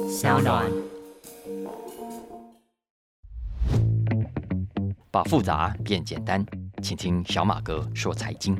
小暖， 把复杂变简单，请听小马哥说财经。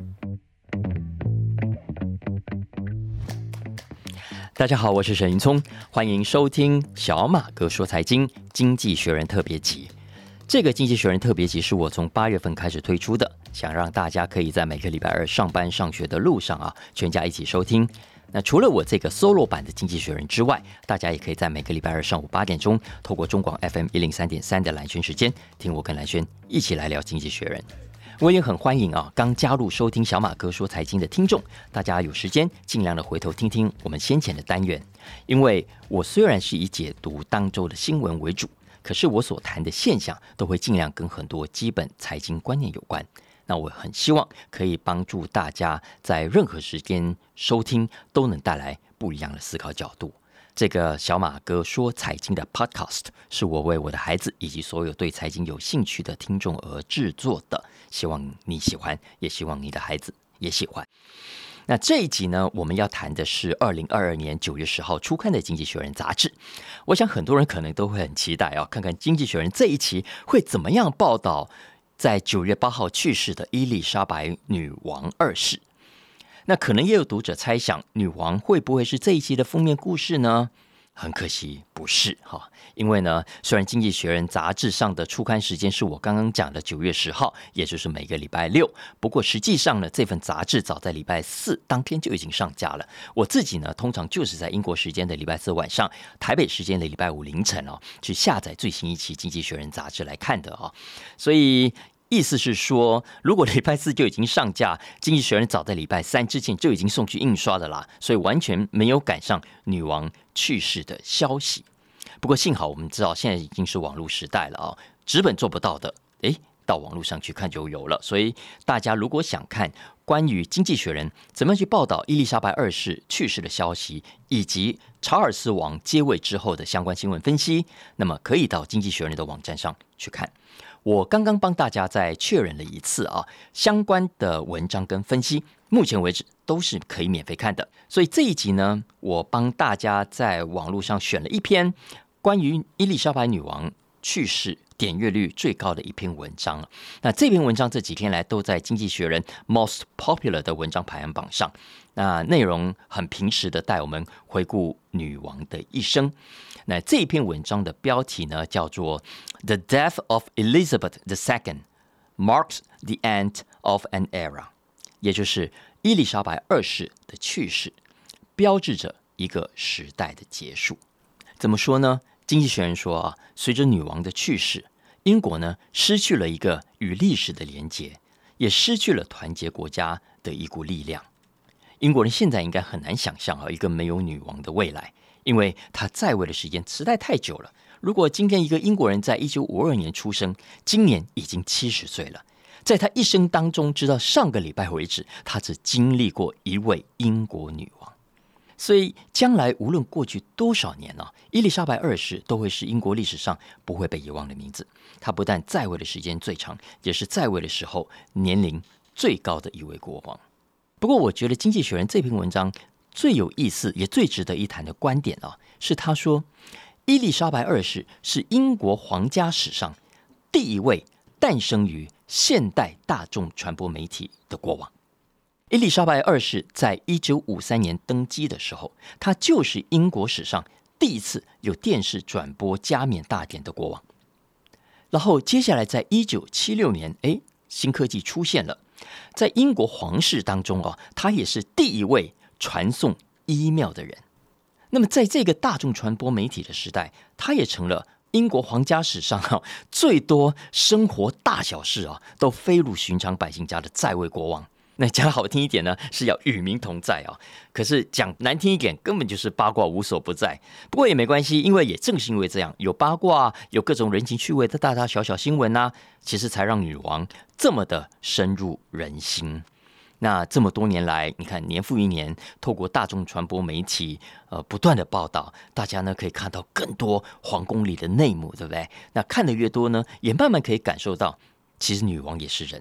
大家好，我是沈云聪，欢迎收听小马哥说财经经济学人特别集。这个经济学人特别集是我从8月份开始推出的，想让大家可以在每个礼拜二上班上学的路上全家一起收听。那除了我这个 solo 版的经济学人之外，大家也可以在每个礼拜二上午8点钟，透过中广 FM 103.3的蓝轩时间，听我跟蓝轩一起来聊经济学人。我也很欢迎刚加入收听小马哥说财经的听众，大家有时间尽量的回头听听我们先前的单元，因为我虽然是以解读当周的新闻为主，可是我所谈的现象都会尽量跟很多基本财经观念有关。那我很希望可以帮助大家在任何时间收听都能带来不一样的思考角度。这个小马哥说财经的 podcast 是我为我的孩子以及所有对财经有兴趣的听众而制作的，希望你喜欢，也希望你的孩子也喜欢。那这一集呢，我们要谈的是2022年9月10号出刊的《经济学人》杂志。我想很多人可能都会很期待看看《经济学人》这一期会怎么样报道在9月8号去世的伊丽莎白女王二世。那可能也有读者猜想，女王会不会是这一期的封面故事呢？很可惜不是因为呢，虽然《经济学人》杂志上的出刊时间是我刚刚讲的9月10号，也就是每个礼拜六，不过实际上呢，这份杂志早在礼拜4当天就已经上架了。我自己呢，通常就是在英国时间的礼拜4晚上，台北时间的礼拜5凌晨去下载最新一期《经济学人》杂志来看的所以意思是说，如果礼拜4就已经上架，经济学人早在礼拜3之前就已经送去印刷的啦，所以完全没有赶上女王去世的消息。不过幸好我们知道现在已经是网络时代了纸本做不到的，到网络上去看就有了。所以大家如果想看关于经济学人怎么样去报道伊丽莎白二世去世的消息，以及查尔斯王接位之后的相关新闻分析，那么可以到经济学人的网站上去看。我刚刚帮大家再确认了一次相关的文章跟分析，目前为止都是可以免费看的。所以这一集呢，我帮大家在网络上选了一篇关于伊丽莎白女王去世点阅率最高的一篇文章。那这篇文章这几天来都在经济学人 Most Popular 的文章排行榜上。那内容很平实的带我们回顾女王的一生。那这篇文章的标题呢，叫做 The Death of Elizabeth II Marks the End of an Era， 也就是伊丽莎白二世的去世标志着一个时代的结束。怎么说呢？经济学人说随着女王的去世，英国呢失去了一个与历史的连结，也失去了团结国家的一股力量。英国人现在应该很难想象一个没有女王的未来，因为她在位的时间实在太久了。如果今天一个英国人在1952年出生，今年已经70岁了，在他一生当中，直到上个礼拜为止，他只经历过一位英国女王。所以将来无论过去多少年伊丽莎白二世都会是英国历史上不会被遗忘的名字。她不但在位的时间最长，也是在位的时候年龄最高的一位国王。不过我觉得《经济学人》这篇文章最有意思也最值得一谈的观点是他说伊丽莎白二世是英国皇家史上第一位诞生于现代大众传播媒体的国王。伊丽莎白二世在1953年登基的时候，她就是英国史上第一次有电视转播加冕大典的国王。然后接下来在1976年新科技出现了，在英国皇室当中她也是第一位传送 email 的人。那么在这个大众传播媒体的时代，她也成了英国皇家史上最多生活大小事都飞入寻常百姓家的在位国王。那讲好听一点呢，是要与民同在可是讲难听一点，根本就是八卦无所不在。不过也没关系，因为也正是因为这样，有八卦有各种人情趣味的大大小小新闻其实才让女王这么的深入人心。那这么多年来，你看年复一年，透过大众传播媒体不断的报道，大家呢可以看到更多皇宫里的内幕，对不对？那看得越多呢，也慢慢可以感受到，其实女王也是人。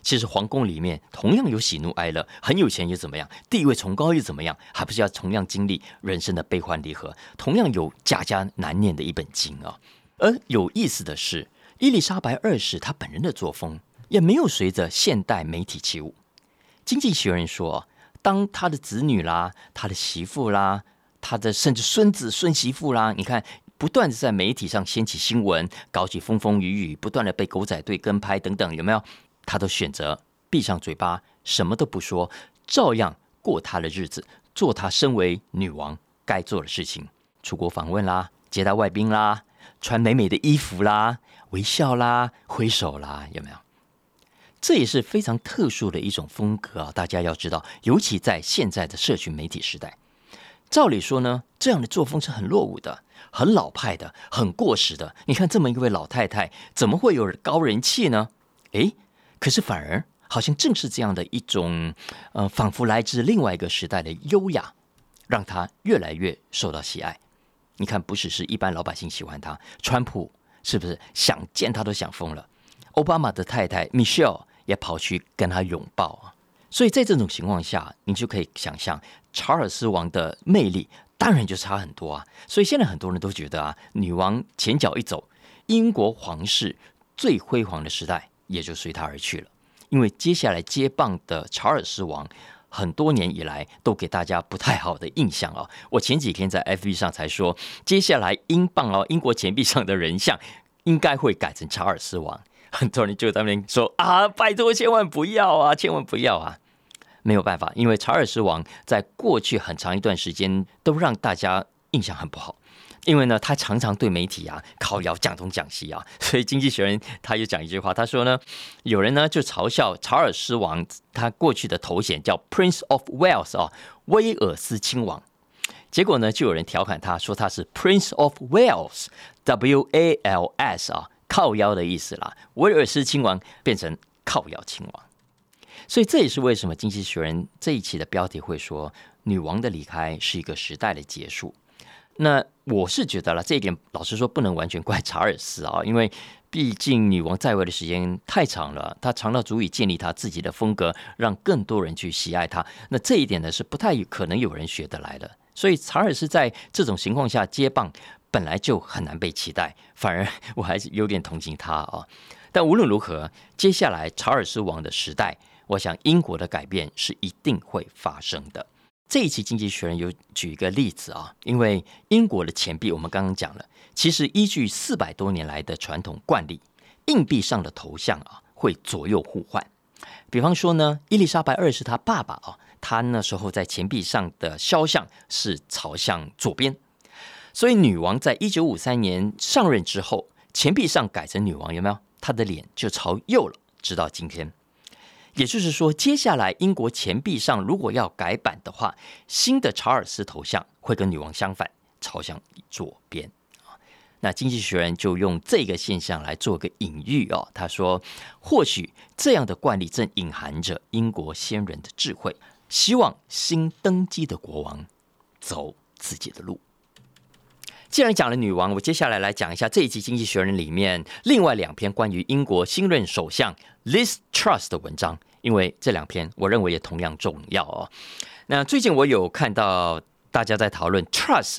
其实皇宫里面同样有喜怒哀乐，很有钱又怎么样，地位崇高又怎么样，还不是要同样经历人生的悲欢离合，同样有家家难念的一本经啊。而有意思的是，伊丽莎白二世她本人的作风也没有随着现代媒体起舞。经济学人说，当他的子女啦、他的媳妇啦、他的甚至孙子孙媳妇啦，你看不断的在媒体上掀起新闻，搞起风风雨雨，不断的被狗仔队跟拍等等，有没有？他都选择闭上嘴巴，什么都不说，照样过他的日子，做他身为女王该做的事情，出国访问啦，接待外宾啦，穿美美的衣服啦，微笑啦，挥手啦，有没有？这也是非常特殊的一种风格啊！大家要知道，尤其在现在的社群媒体时代，照理说呢，这样的作风是很落伍的、很老派的、很过时的。你看这么一位老太太，怎么会有高人气呢？可是反而好像正是这样的一种仿佛来自另外一个时代的优雅，让她越来越受到喜爱。你看，不只是一般老百姓喜欢她，川普是不是想见他都想疯了？奥巴马的太太 Michelle 也跑去跟他拥抱啊！所以在这种情况下，你就可以想象查尔斯王的魅力当然就差很多啊。所以现在很多人都觉得啊，女王前脚一走，英国皇室最辉煌的时代也就随他而去了。因为接下来接棒的查尔斯王很多年以来都给大家不太好的印象啊。我前几天在 FB 上才说，接下来英国钱币上的人像应该会改成查尔斯王。很多人就在那边说啊，拜托千万不要啊，千万不要啊！没有办法，因为查尔斯王在过去很长一段时间都让大家印象很不好，因为呢，他常常对媒体啊靠腰讲东讲西啊，所以经济学人他就讲一句话，他说呢，有人呢就嘲笑查尔斯王他过去的头衔叫 Prince of Wales 啊，威尔斯亲王。结果呢，就有人调侃他说他是 Prince of Wales WALS 啊。靠腰的意思啦，威尔斯亲王变成靠腰亲王，所以这也是为什么《经济学人》这一期的标题会说女王的离开是一个时代的结束。那我是觉得了，这一点老实说不能完全怪查尔斯啊，因为毕竟女王在位的时间太长了，她长到足以建立她自己的风格，让更多人去喜爱她。那这一点呢，是不太可能有人学得来的。所以查尔斯在这种情况下接棒，本来就很难被期待，反而我还是有点同情他啊。但无论如何，接下来查尔斯王的时代，我想英国的改变是一定会发生的。这一期《经济学人》有举一个例子啊，因为英国的钱币我们刚刚讲了，其实依据400多年来的传统惯例，硬币上的头像啊会左右互换。比方说呢，伊丽莎白二世她爸爸啊，他那时候在钱币上的肖像是朝向左边。所以女王在1953年上任之后，钱币上改成女王，有没有？她的脸就朝右了，直到今天。也就是说，接下来英国钱币上如果要改版的话，新的查尔斯头像会跟女王相反，朝向左边。那经济学人就用这个现象来做个隐喻哦，他说，或许这样的惯例正隐含着英国先人的智慧，希望新登基的国王走自己的路。既然讲了女王，我接下来讲一下这一期《经济学人》里面另外2篇关于英国新任首相 Liz Truss 的文章，因为这2篇我认为也同样重要哦。那最近我有看到大家在讨论 Truss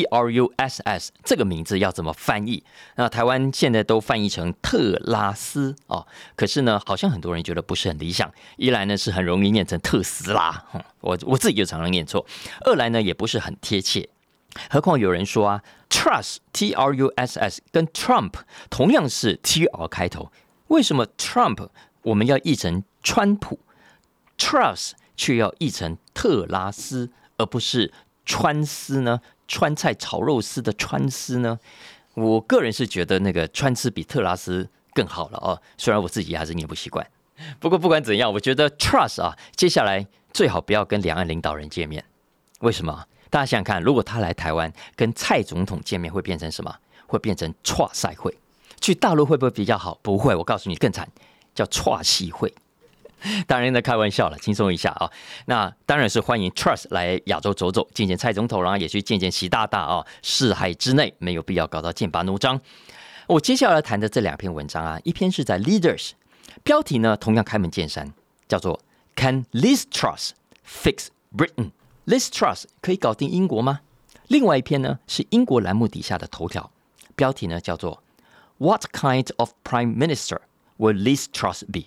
TRUSS 这个名字要怎么翻译，那台湾现在都翻译成特拉斯哦，可是呢，好像很多人觉得不是很理想。一来呢是很容易念成特斯拉，我自己就常常念错；二来呢也不是很贴切。何况有人说啊 ，Truss TRUSS 跟 Trump 同样是 TR 开头，为什么 Trump 我们要译成川普 ，Truss 却要译成特拉斯，而不是川丝呢？川菜炒肉丝的川丝呢？我个人是觉得那个川丝比特拉斯更好了哦，虽然我自己还是念不习惯。不过不管怎样，我觉得 Truss 啊，接下来最好不要跟两岸领导人见面。为什么？大家想想看，如果他来台湾跟蔡总统见面，会变成什么？会变成串赛会。去大陆会不会比较好？不会，我告诉你更惨，叫串戏会。当然在开玩笑了，轻松一下啊。那当然是欢迎 Truss 来亚洲走走，见见蔡总统，然后也去见见习大大啊。四海之内没有必要搞到剑拔弩张。我接下来谈的这2篇文章啊，一篇是在 Leaders， 标题呢同样开门见山，叫做 Can Liz Truss Fix Britain？ Liz Truss 可以搞定英国吗？另外一篇呢是英国栏目底下的头条，标题呢叫做 What kind of Prime Minister will Liz Truss be？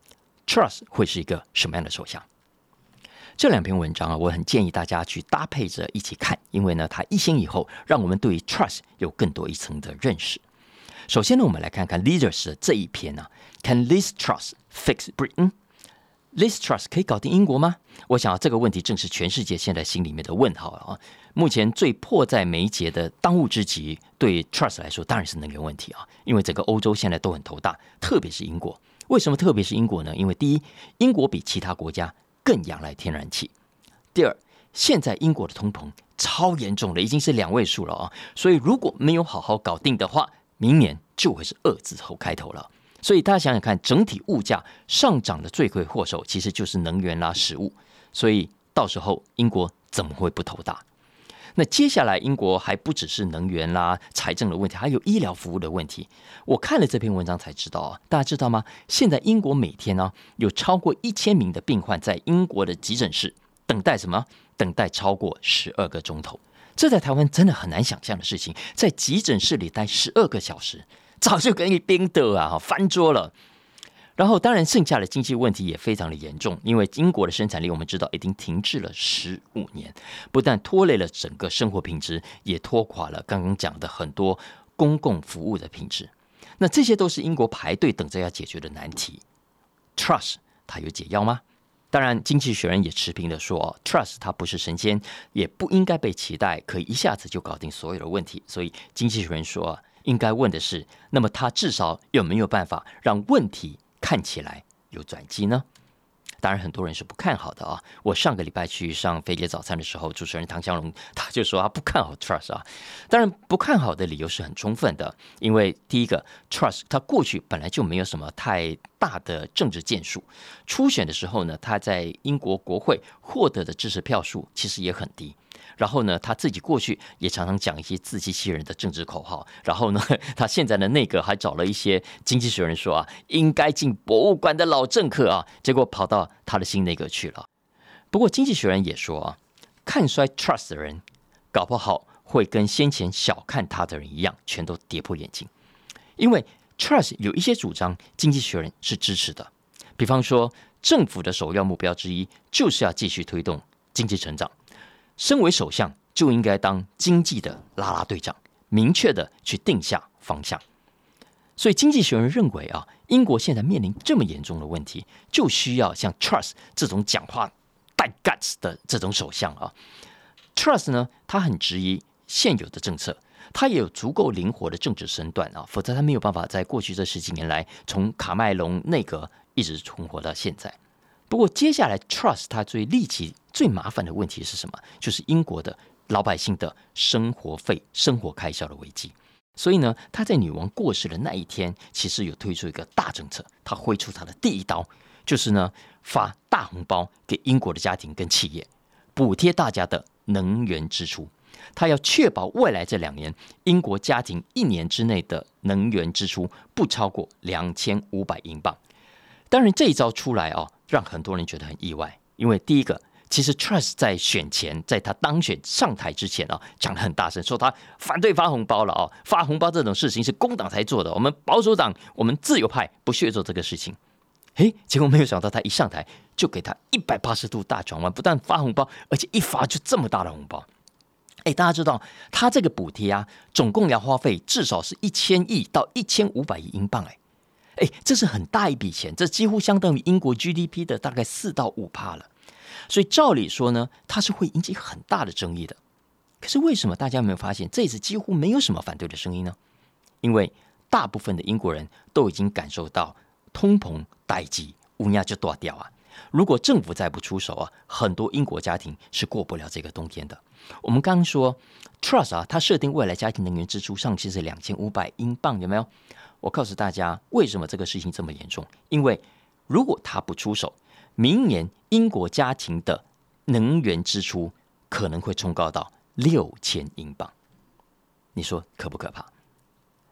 Truss 会是一个什么样的首相？这两篇文章啊，我很建议大家去搭配着一起看，因为呢，它一先一后，让我们对于 Truss 有更多一层的认识。首先呢，我们来看看 Leaders 的这一篇啊 ，Can Liz Truss fix Britain？Liz Truss 可以搞定英国吗？我想这个问题正是全世界现在心里面的问号啊。目前最迫在眉睫的当务之急，对 Truss 来说当然是能源问题啊，因为整个欧洲现在都很头大，特别是英国。为什么特别是英国呢？因为第一，英国比其他国家更仰赖天然气；第二，现在英国的通膨超严重了，已经是2位数了啊，所以如果没有好好搞定的话，明年就会是2字头开头了。所以大家想想看，整体物价上涨的罪魁祸首其实就是能源啦、食物，所以到时候英国怎么会不头大？那接下来英国还不只是能源啦、财政的问题，还有医疗服务的问题。我看了这篇文章才知道啊，大家知道吗？现在英国每天呢有超过1000名的病患在英国的急诊室等待什么？等待超过12个钟头。这在台湾真的很难想象的事情，在急诊室里待12个小时，早就给你冰的啊，翻桌了。然后当然剩下的经济问题也非常的严重，因为英国的生产力我们知道已经停滞了15年，不但拖累了整个生活品质，也拖垮了刚刚讲的很多公共服务的品质。那这些都是英国排队等着要解决的难题。Truss 它有解药吗？当然，经济学人也持平的说，Truss 它不是神仙，也不应该被期待可以一下子就搞定所有的问题。所以经济学人说，应该问的是，那么他至少有没有办法让问题看起来有转机呢？当然很多人是不看好的啊。我上个礼拜去上飞碟早餐的时候，主持人唐湘龙他就说他不看好 Truss 啊。当然不看好的理由是很充分的，因为第一个 Truss 他过去本来就没有什么太大的政治建树，初选的时候呢，他在英国国会获得的支持票数其实也很低。然后呢，他自己过去也常常讲一些自欺欺人的政治口号。然后呢，他现在的内阁还找了一些经济学人说啊，应该进博物馆的老政客啊，结果跑到他的新内阁去了。不过经济学人也说啊，看衰 Truss 的人，搞不好会跟先前小看他的人一样，全都跌破眼镜。因为 Truss 有一些主张，经济学人是支持的，比方说政府的首要目标之一就是要继续推动经济成长。身为首相就应该当经济的啦啦队长，明确的去定下方向。所以经济学人认为啊，英国现在面临这么严重的问题，就需要像 Truss 这种讲话带 guts 的这种首相啊。Truss 呢，他很质疑现有的政策，他也有足够灵活的政治身段啊，否则他没有办法在过去这10几年来从卡麦隆内阁一直存活到现在。不过接下来 Truss 他最立即最麻烦的问题是什么？就是英国的老百姓的生活费、生活开销的危机。所以呢，他在女王过世的那一天，其实有推出一个大政策，他挥出他的第一刀，就是呢发大红包给英国的家庭跟企业，补贴大家的能源支出。他要确保未来这2年，英国家庭1年之内的能源支出不超过2500英镑。当然这一招出来啊，让很多人觉得很意外，因为第一个，其实 Truss 在选前，在他当选上台之前啊，讲得很大声，说他反对发红包了啊，发红包这种事情是工党才做的，我们保守党、我们自由派不屑做这个事情。结果没有想到他一上台就给他180度大转弯，不但发红包，而且一发就这么大的红包。大家知道他这个补贴啊，总共要花费至少是1000亿到1500亿英镑这是很大一笔钱，这几乎相当于英国 GDP 的大概4到5%了。所以照理说呢，它是会引起很大的争议的。可是为什么大家有没有发现这一次几乎没有什么反对的声音呢？因为大部分的英国人都已经感受到通膨代际乌鸦就大掉啊。如果政府再不出手啊，很多英国家庭是过不了这个冬天的。我们刚刚说 Truss 啊，它设定未来家庭能源支出上限是2500英镑，有没有？我告诉大家，为什么这个事情这么严重？因为如果他不出手，明年英国家庭的能源支出可能会冲高到6000英镑。你说可不可怕？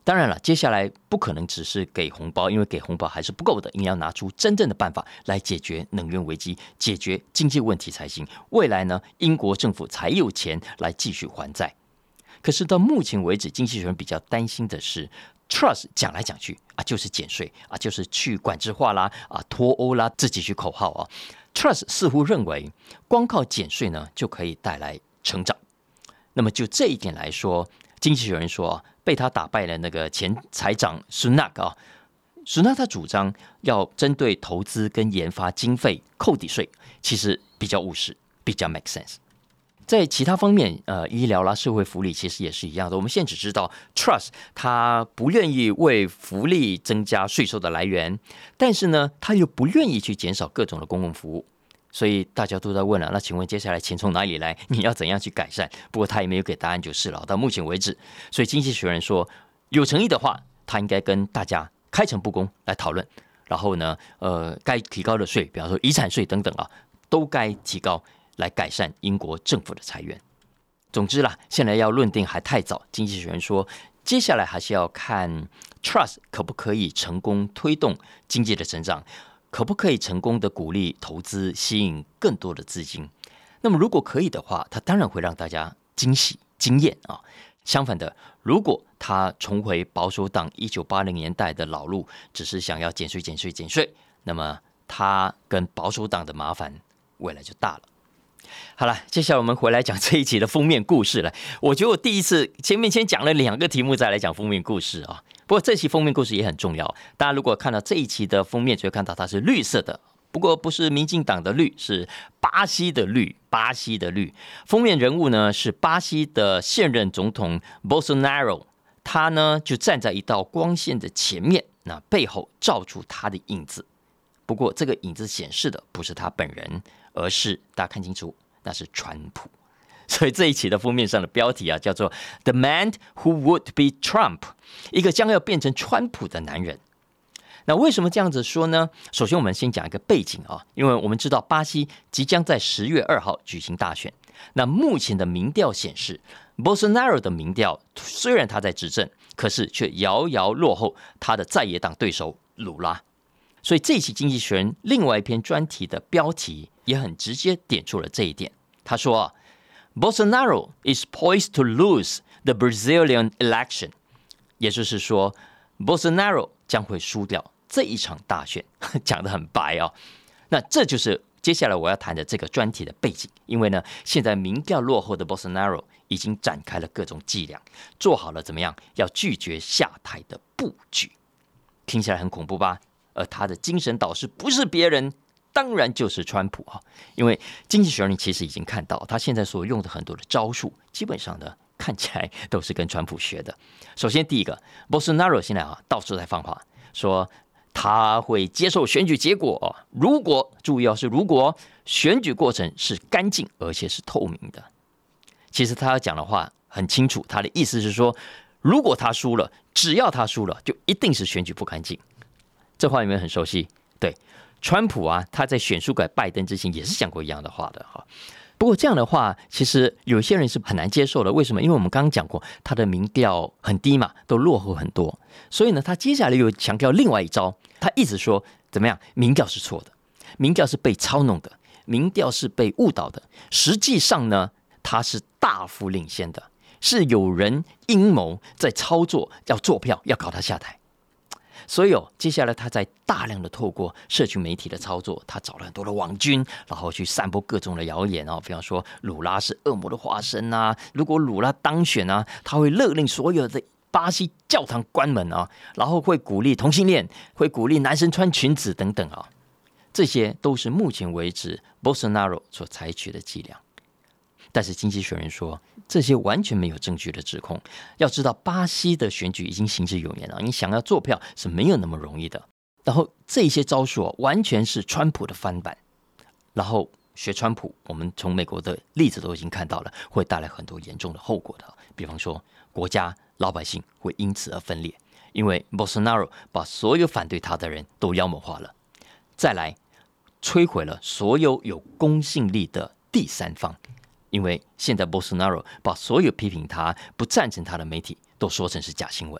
当然了，接下来不可能只是给红包，因为给红包还是不够的，应该要拿出真正的办法来解决能源危机，解决经济问题才行。未来呢，英国政府才有钱来继续还债。可是到目前为止，经济学人比较担心的是 ，Truss 讲来讲去啊，就是减税啊，就是去管制化啦啊，脱欧啦，这几句口号啊。Truss 似乎认为，光靠减税呢就可以带来成长。那么就这一点来说，经济学人说，被他打败了那个前财长 Sunak 啊，Sunak 他主张要针对投资跟研发经费扣抵税，其实比较务实，比较 make sense。在其他方面，医疗啦、社会福利其实也是一样的。我们现在只知道 Truss 他不愿意为福利增加税收的来源，但是呢，他又不愿意去减少各种的公共服务。所以大家都在问了，那请问接下来钱从哪里来？你要怎样去改善？不过他也没有给答案就是了。到目前为止，所以经济学人说，有诚意的话，他应该跟大家开诚布公来讨论。然后呢，该提高的税，比方说遗产税等等啊，都该提高。来改善英国政府的财源。总之啦，现在要论定还太早。经济学人说，接下来还是要看 Truss 可不可以成功推动经济的成长，可不可以成功的鼓励投资，吸引更多的资金。那么如果可以的话，他当然会让大家惊喜惊艳啊。相反的，如果他重回保守党1980年代的老路，只是想要减税，那么他跟保守党的麻烦未来就大了。好了，接下来我们回来讲这一集的封面故事了。我觉得我第一次前面先讲了2个题目，再来讲封面故事啊。不过这期封面故事也很重要，大家如果看到这一期的封面，就会看到它是绿色的，不过不是民进党的绿，是巴西的绿。巴西的绿封面人物呢是巴西的现任总统 Bolsonaro， 他呢就站在一道光线的前面，那背后照出他的影子。不过这个影子显示的不是他本人，而是大家看清楚，那是川普。所以这一期的封面上的标题啊，叫做 The Man Who Would Be Trump， 一个将要变成川普的男人。那为什么这样子说呢？首先我们先讲一个背景啊，因为我们知道巴西即将在10月2号举行大选。那目前的民调显示 Bolsonaro 的民调虽然他在执政，可是却遥遥落后他的在野党对手鲁拉。所以这一期经济学人另外一篇专题的标题也很直接点出了这一点。他说Bolsonaro is poised to lose the Brazilian election， 也就是说 Bolsonaro 将会输掉这一场大选，讲得很白哦。那这就是接下来我要谈的这个专题的背景。因为呢，现在民调落后的 Bolsonaro 已经展开了各种伎俩，做好了怎么样要拒绝下台的布局。听起来很恐怖吧？而他的精神导师不是别人，当然就是川普啊。因为经济学人其实已经看到，他现在所用的很多的招数，基本上呢看起来都是跟川普学的。首先第一个 ，Bolsonaro 现在到处在放话，说他会接受选举结果，如果注意是如果选举过程是干净而且是透明的。其实他要讲的话很清楚，他的意思是说，如果他输了，只要他输了，就一定是选举不干净。这话有没有很熟悉？对，川普他在选输给拜登之前也是讲过一样的话的哈。不过这样的话，其实有些人是很难接受的。为什么？因为我们刚刚讲过，他的民调很低嘛，都落后很多。所以呢，他接下来又强调另外一招，他一直说怎么样？民调是错的，民调是被操弄的，民调是被误导的。实际上呢，他是大幅领先的，是有人阴谋在操作，要做票，要搞他下台。所以接下来他在大量的透过社群媒体的操作，他找了很多的网军，然后去散播各种的谣言比方说鲁拉是恶魔的化身如果鲁拉当选他会勒令所有的巴西教堂关门然后会鼓励同性恋，会鼓励男生穿裙子等等这些都是目前为止 Bolsonaro 所采取的伎俩。但是经济学人说，这些完全没有证据的指控。要知道，巴西的选举已经行之有年了，你想要做票是没有那么容易的。然后这些招数完全是川普的翻版。然后学川普，我们从美国的例子都已经看到了，会带来很多严重的后果的。比方说，国家老百姓会因此而分裂，因为 Bolsonaro 把所有反对他的人都妖魔化了。再来，摧毁了所有有公信力的第三方。因为现在 Bolsonaro 把所有批评他、不赞成他的媒体都说成是假新闻，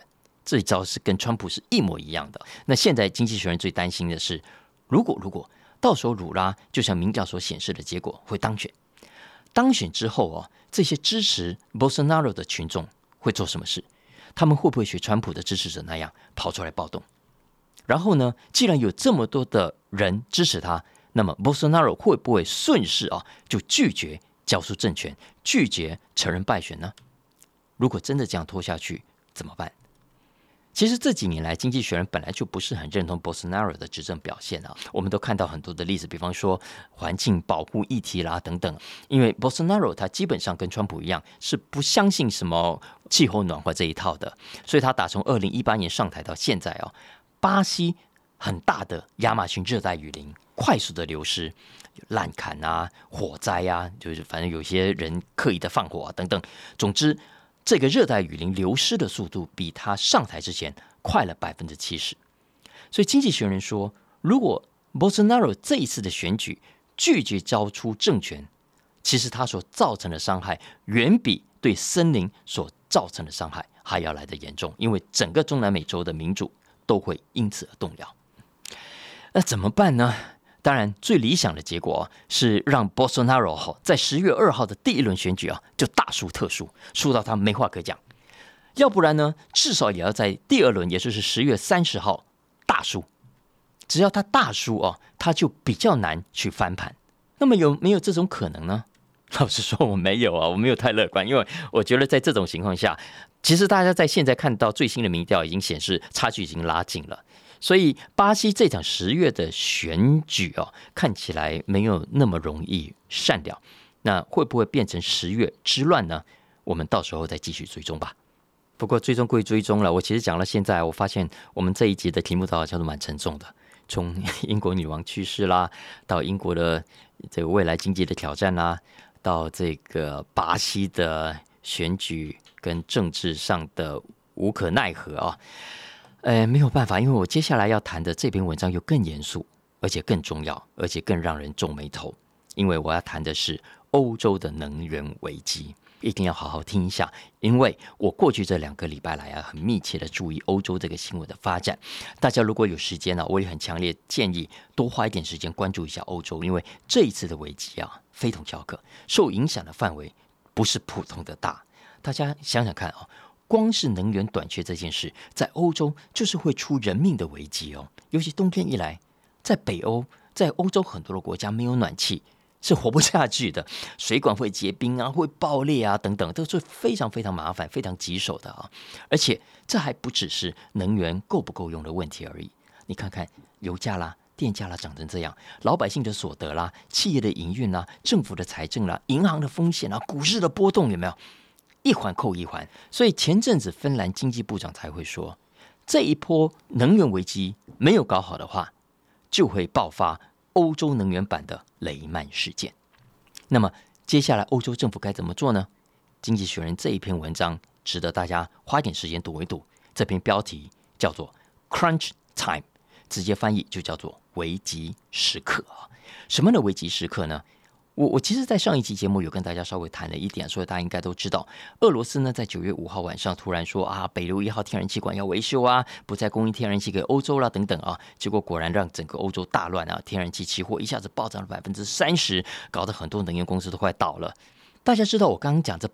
这一招是跟川普是一模一样的。那现在经济学人最担心的是，如果到时候鲁拉就像民调所显示的结果会当选之后这些支持 Bolsonaro 的群众会做什么事？他们会不会学川普的支持者那样跑出来暴动？然后呢，既然有这么多的人支持他，那么 Bolsonaro 会不会顺势就拒绝交出政权，拒绝承认败选呢？如果真的这样拖下去怎么办？其实这几年来，经济学人本来就不是很认同 Bolsonaro 的执政表现我们都看到很多的例子，比方说环境保护议题啦等等。因为 Bolsonaro 他基本上跟川普一样，是不相信什么气候暖化这一套的，所以他打从2018年上台到现在巴西很大的亚马逊热带雨林快速的流失，滥砍火灾就是反正有些人刻意的放火等等。总之，这个热带雨林流失的速度比他上台之前快了70%。所以经济学人说，如果 Bolsonaro 这一次的选举拒绝交出政权，其实他所造成的伤害远比对森林所造成的伤害还要来得严重，因为整个中南美洲的民主都会因此而动摇。那怎么办呢？当然，最理想的结果是让 Bolsonaro 在10月2号的第一轮选举就大输特输，输到他没话可讲。要不然呢，至少也要在第二轮，也就是10月30号大输。只要他大输他就比较难去翻盘。那么有没有这种可能呢？老实说，我没有我没有太乐观，因为我觉得在这种情况下，其实大家在现在看到最新的民调已经显示差距已经拉近了。所以巴西这场10月的选举看起来没有那么容易善了。那会不会变成10月之乱呢？我们到时候再继续追踪吧。不过追踪归追踪了，我其实讲到现在，我发现我们这一集的题目倒好像都蛮沉重的，从英国女王去世啦，到英国的这个未来经济的挑战啦，到这个巴西的选举跟政治上的无可奈何没有办法，因为我接下来要谈的这篇文章又更严肃，而且更重要，而且更让人皱眉头。因为我要谈的是欧洲的能源危机，一定要好好听一下。因为我过去这2个礼拜来很密切的注意欧洲这个新闻的发展。大家如果有时间我也很强烈建议多花一点时间关注一下欧洲，因为这一次的危机非同小可，受影响的范围不是普通的大。大家想想看光是能源短缺这件事，在欧洲就是会出人命的危机尤其冬天一来，在北欧，在欧洲很多的国家没有暖气是活不下去的，水管会结冰会爆裂等等，都是非常非常麻烦、非常棘手的而且这还不只是能源够不够用的问题而已。你看看油价啦、电价啦涨成这样，老百姓的所得啦、企业的营运啦、政府的财政啦、银行的风险啦、股市的波动，有没有？一环扣一环。所以前阵子芬兰经济部长才会说，这一波能源危机没有搞好的话，就会爆发欧洲能源版的雷曼事件。那么接下来欧洲政府该怎么做呢？经济学人这一篇文章值得大家花一点时间读一读。这篇标题叫做 Crunch Time， 直接翻译就叫做危急时刻。什么的危急时刻呢？我其实在上一期节目有跟大家稍微谈了一点，所以大家应该都知道，俄罗斯呢在9月5号晚上突然说北流1号天然气管要维修不再供应天然气给欧洲啦等等结果果然让整个欧洲大乱天然气期货一下子暴涨了30%，搞得很多能源公司都快倒了。大家知道我刚刚讲这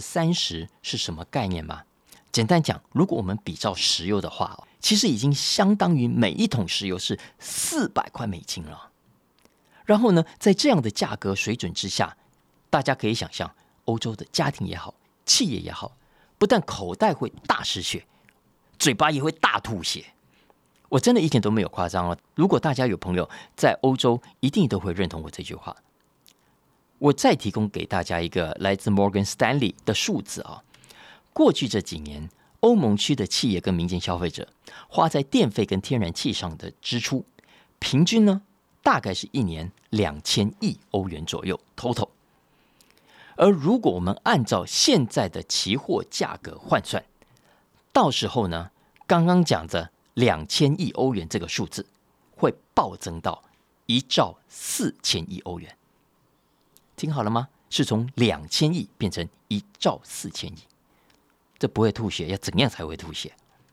30%是什么概念吗？简单讲，如果我们比照石油的话，其实已经相当于每一桶石油是400块美金了。然后呢，在这样的价格水准之下，大家可以想象，欧洲的家庭也好，企业也好，不但口袋会大失血，嘴巴也会大吐血。我真的一点都没有夸张如果大家有朋友在欧洲，一定都会认同我这句话。我再提供给大家一个来自 Morgan Stanley 的数字过去这几年，欧盟区的企业跟民间消费者花在电费跟天然气上的支出，平均呢大概是1年2000亿欧元左右 total。 而如果我们按照现在的期货价格换算，到时候呢，刚刚讲的2000亿欧元这个数字会暴增到1兆4000亿欧元。听好了吗？是从2000亿变成1兆4000亿。这不会吐血，要怎样才会吐血？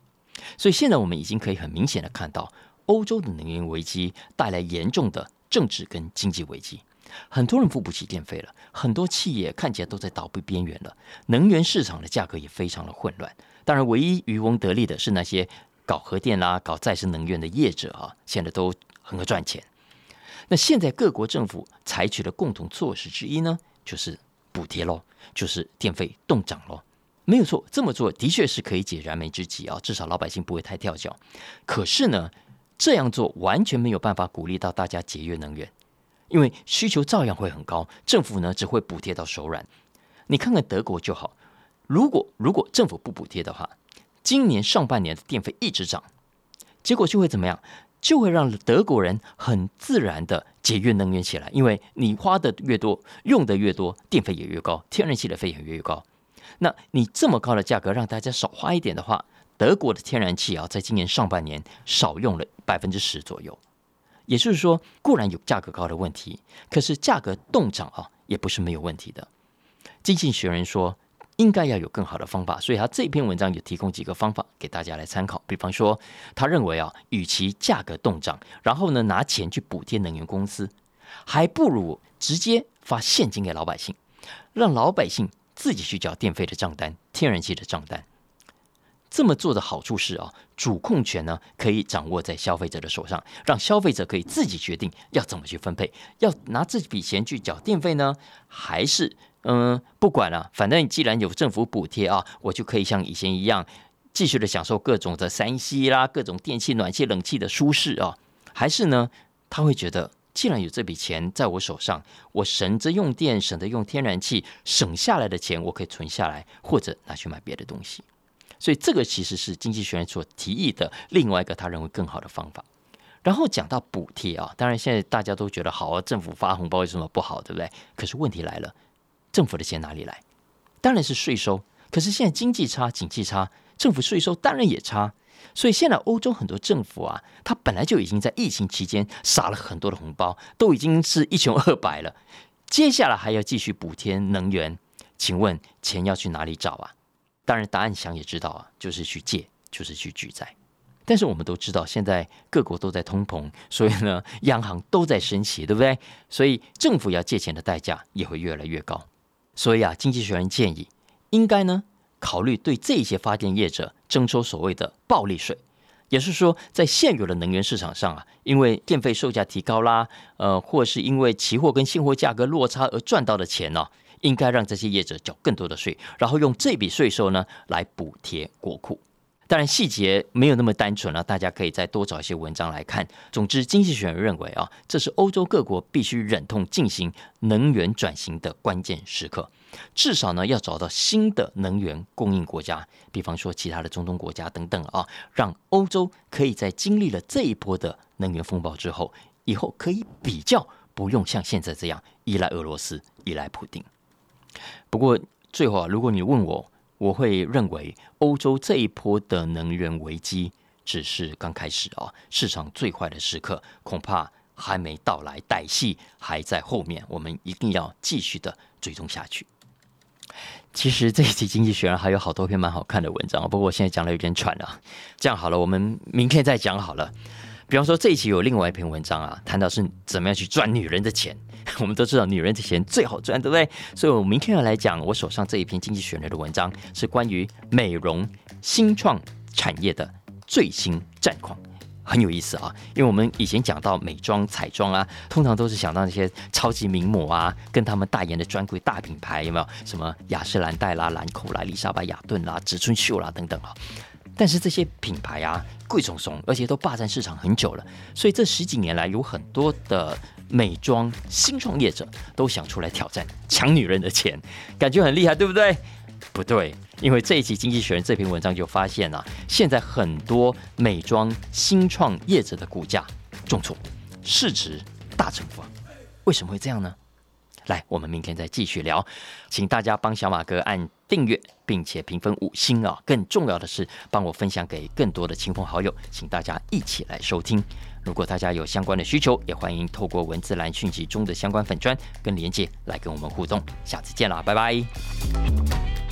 所以现在我们已经可以很明显的看到，欧洲的能源危机带来严重的政治跟经济危机。很多人付不起电费了，很多企业看起来都在倒闭边缘了，能源市场的价格也非常的混乱。当然，唯一渔翁得利的是那些搞核电啦、搞再生能源的业者啊，现在都很会赚钱。那现在各国政府采取的共同措施之一呢，就是补贴咯，就是电费冻涨咯。没有错，这么做的确是可以解燃眉之急啊，至少老百姓不会太跳脚。可是呢，这样做完全没有办法鼓励到大家节约能源。因为需求照样会很高，政府呢只会补贴到手软。你看看德国就好，如果政府不补贴的话，今年上半年的电费一直涨，结果就会怎么样？就会让德国人很自然的节约能源起来，因为你花的越多，用的越多，电费也越高，天然气的费也越高。那你这么高的价格让大家少花一点的话，德国的天然气啊，在今年上半年少用了10%左右。也就是说，固然有价格高的问题，可是价格冻涨啊，也不是没有问题的。经济学人说，应该要有更好的方法，所以他这篇文章有提供几个方法给大家来参考。比方说，他认为啊，与其价格冻涨，然后呢拿钱去补贴能源公司，还不如直接发现金给老百姓，让老百姓自己去缴电费的账单、天然气的账单。这么做的好处是啊，主控权呢可以掌握在消费者的手上，让消费者可以自己决定要怎么去分配，要拿这笔钱去缴电费呢，还是不管了，反正既然有政府补贴啊，我就可以像以前一样继续的享受各种的3C 啦、各种电器、暖气、冷气的舒适啊，还是呢他会觉得，既然有这笔钱在我手上，我省着用电，省着用天然气，省下来的钱我可以存下来，或者拿去买别的东西。所以这个其实是经济学人所提议的另外一个他认为更好的方法。然后讲到补贴啊，当然现在大家都觉得好啊，政府发红包有什么不好，对不对？可是问题来了，政府的钱哪里来？当然是税收。可是现在经济差、景气差，政府税收当然也差。所以现在欧洲很多政府啊，他本来就已经在疫情期间撒了很多的红包，都已经是一穷二白了。接下来还要继续补贴能源，请问钱要去哪里找啊？当然答案想也知道啊，就是去借，就是去举债。但是我们都知道，现在各国都在通膨，所以呢，央行都在升息，对不对？所以政府要借钱的代价也会越来越高。所以啊，经济学人建议，应该呢考虑对这些发电业者征收所谓的暴利税。也就是说，在现有的能源市场上啊，因为电费售价提高啦，或是因为期货跟现货价格落差而赚到的钱呢，应该让这些业者缴更多的税，然后用这笔税收呢来补贴国库。当然细节没有那么单纯了，大家可以再多找一些文章来看。总之，经济学人认为啊，这是欧洲各国必须忍痛进行能源转型的关键时刻。至少呢，要找到新的能源供应国家，比方说其他的中东国家等等啊，让欧洲可以在经历了这一波的能源风暴之后，以后可以比较不用像现在这样依赖俄罗斯、依赖普丁。不过最后啊，如果你问我，我会认为欧洲这一波的能源危机只是刚开始啊，市场最坏的时刻恐怕还没到来，歹戏还在后面，我们一定要继续的追踪下去。其实这一期经济学人还有好多篇蛮好看的文章，不过我现在讲的有点喘啊。这样好了，我们明天再讲好了。比方说这一期有另外一篇文章啊，谈到是怎么样去赚女人的钱。我们都知道女人的钱最好赚，对不对？所以我明天要来讲我手上这一篇经济学人的文章，是关于美容新创产业的最新战况。很有意思啊，因为我们以前讲到美妆、彩妆啊，通常都是想到那些超级名模啊，跟他们代言的专柜大品牌，有没有？什么雅诗兰黛啦、兰蔻啦、丽莎白雅顿啦、植村秀啦等等啊。但是这些品牌啊，贵松松，而且都霸占市场很久了，所以这10几年来，有很多的美妆新创业者都想出来挑战，抢女人的钱，感觉很厉害，对不对？不对，因为这一期《经济学人》这篇文章就发现啊，现在很多美妆新创业者的股价重挫，市值大蒸发，为什么会这样呢？来，我们明天再继续聊，请大家帮小马哥按订阅，并且评分5星啊！更重要的是，帮我分享给更多的亲朋好友，请大家一起来收听。如果大家有相关的需求，也欢迎透过文字栏讯息中的相关粉专跟连结来跟我们互动。下次见啦，拜拜。